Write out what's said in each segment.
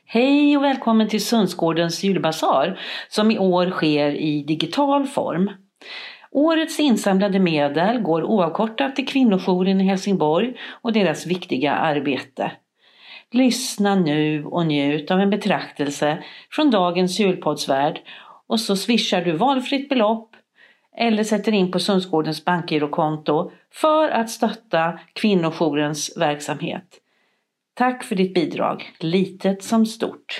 Hej och välkommen till Sundsgårdens julbasar som i år sker i digital form. Årets insamlade medel går oavkortat till kvinnojouren i Helsingborg och deras viktiga arbete. Lyssna nu och njut av en betraktelse från dagens julpoddsvärld och så swishar du valfritt belopp eller sätter in på Sundsgårdens bankgirokonto för att stötta kvinnojourens verksamhet. Tack för ditt bidrag, litet som stort.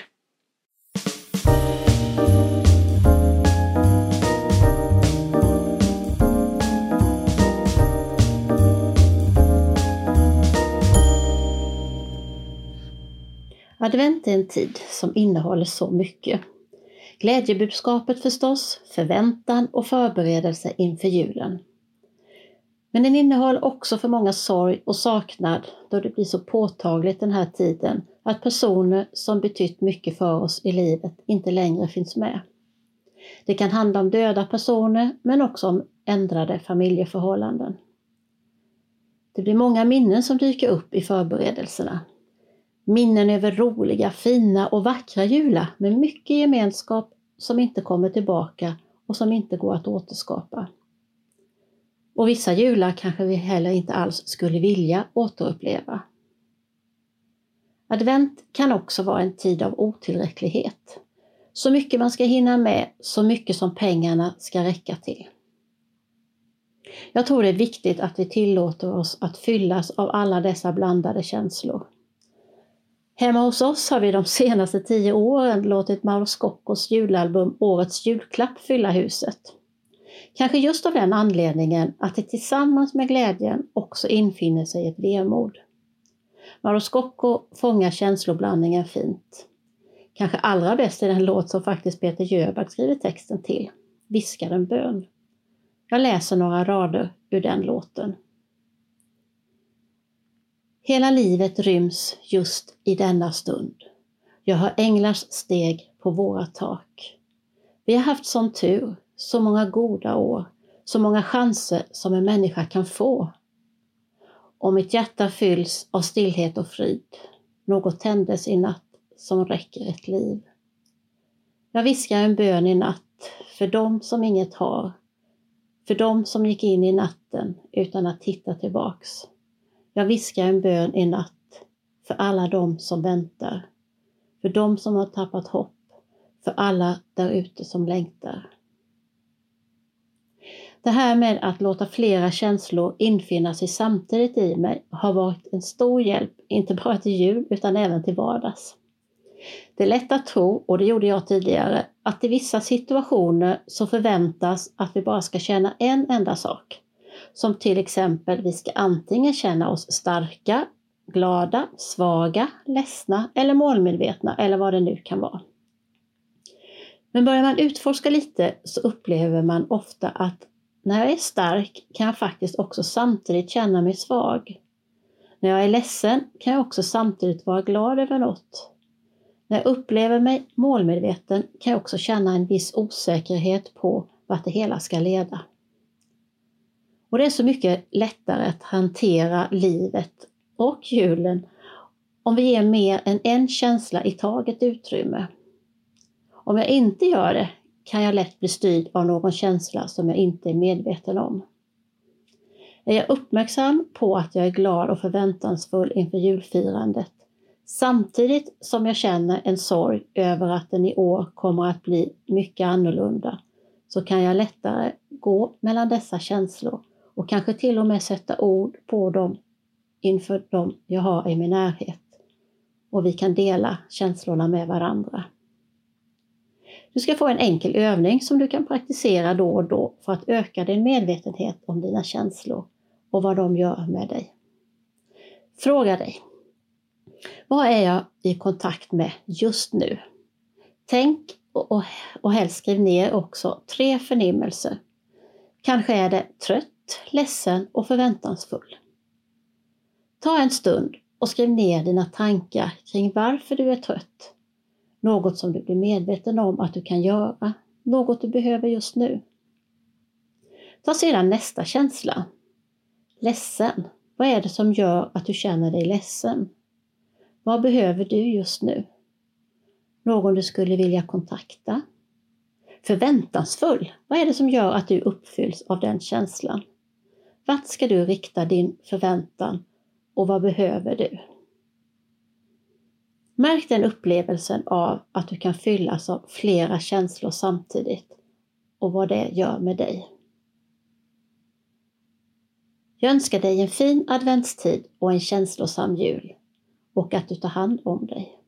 Advent är en tid som innehåller så mycket. Glädjebudskapet förstås, förväntan och förberedelse inför julen. Men den innehåller också för många sorg och saknad då det blir så påtagligt den här tiden att personer som betytt mycket för oss i livet inte längre finns med. Det kan handla om döda personer men också om ändrade familjeförhållanden. Det blir många minnen som dyker upp i förberedelserna. Minnen över roliga, fina och vackra jular med mycket gemenskap som inte kommer tillbaka och som inte går att återskapa. Och vissa jular kanske vi heller inte alls skulle vilja återuppleva. Advent kan också vara en tid av otillräcklighet. Så mycket man ska hinna med, så mycket som pengarna ska räcka till. Jag tror det är viktigt att vi tillåter oss att fyllas av alla dessa blandade känslor. Hemma hos oss har vi de senaste 10 åren låtit Mauro Scoccos julalbum Årets julklapp fylla huset. Kanske just av den anledningen att det tillsammans med glädjen också infinner sig ett vemod. Mauro Scocco fångar känsloblandningen fint. Kanske allra bäst är den låt som faktiskt Peter Jöback skriver texten till, Viskar en bön. Jag läser några rader ur den låten. Hela livet ryms just i denna stund. Jag hör änglars steg på våra tak. Vi har haft sån tur, så många goda år, så många chanser som en människa kan få. Och mitt hjärta fylls av stillhet och frid. Något tändes i natt som räcker ett liv. Jag viskar en bön i natt för dem som inget har. För dem som gick in i natten utan att titta tillbaks. Jag viskar en bön i natt för alla de som väntar. För de som har tappat hopp. För alla där ute som längtar. Det här med att låta flera känslor infinna sig samtidigt i mig har varit en stor hjälp, inte bara till jul utan även till vardags. Det är lätt att tro, och det gjorde jag tidigare, att i vissa situationer så förväntas att vi bara ska känna en enda sak. Som till exempel vi ska antingen känna oss starka, glada, svaga, ledsna eller målmedvetna eller vad det nu kan vara. Men börjar man utforska lite så upplever man ofta att när jag är stark kan jag faktiskt också samtidigt känna mig svag. När jag är ledsen kan jag också samtidigt vara glad över något. När jag upplever mig målmedveten kan jag också känna en viss osäkerhet på vart det hela ska leda. Och det är så mycket lättare att hantera livet och julen om vi ger mer än en känsla i taget utrymme. Om jag inte gör det kan jag lätt bli styrd av någon känsla som jag inte är medveten om. Är jag uppmärksam på att jag är glad och förväntansfull inför julfirandet, samtidigt som jag känner en sorg över att den i år kommer att bli mycket annorlunda, så kan jag lättare gå mellan dessa känslor och kanske till och med sätta ord på dem inför dem jag har i min närhet. Och vi kan dela känslorna med varandra. Du ska få en enkel övning som du kan praktisera då och då för att öka din medvetenhet om dina känslor och vad de gör med dig. Fråga dig: vad är jag i kontakt med just nu? Tänk och helst skriv ner också 3 förnimmelser. Kanske är det trött, ledsen och förväntansfull. Ta en stund och skriv ner dina tankar kring varför du är trött. Något som du blir medveten om att du kan göra. Något du behöver just nu. Ta sedan nästa känsla. Ledsen. Vad är det som gör att du känner dig ledsen? Vad behöver du just nu? Någon du skulle vilja kontakta? Förväntansfull. Vad är det som gör att du uppfylls av den känslan? Vart ska du rikta din förväntan och vad behöver du? Märk den upplevelsen av att du kan fyllas av flera känslor samtidigt och vad det gör med dig. Jag önskar dig en fin adventstid och en känslosam jul och att du tar hand om dig.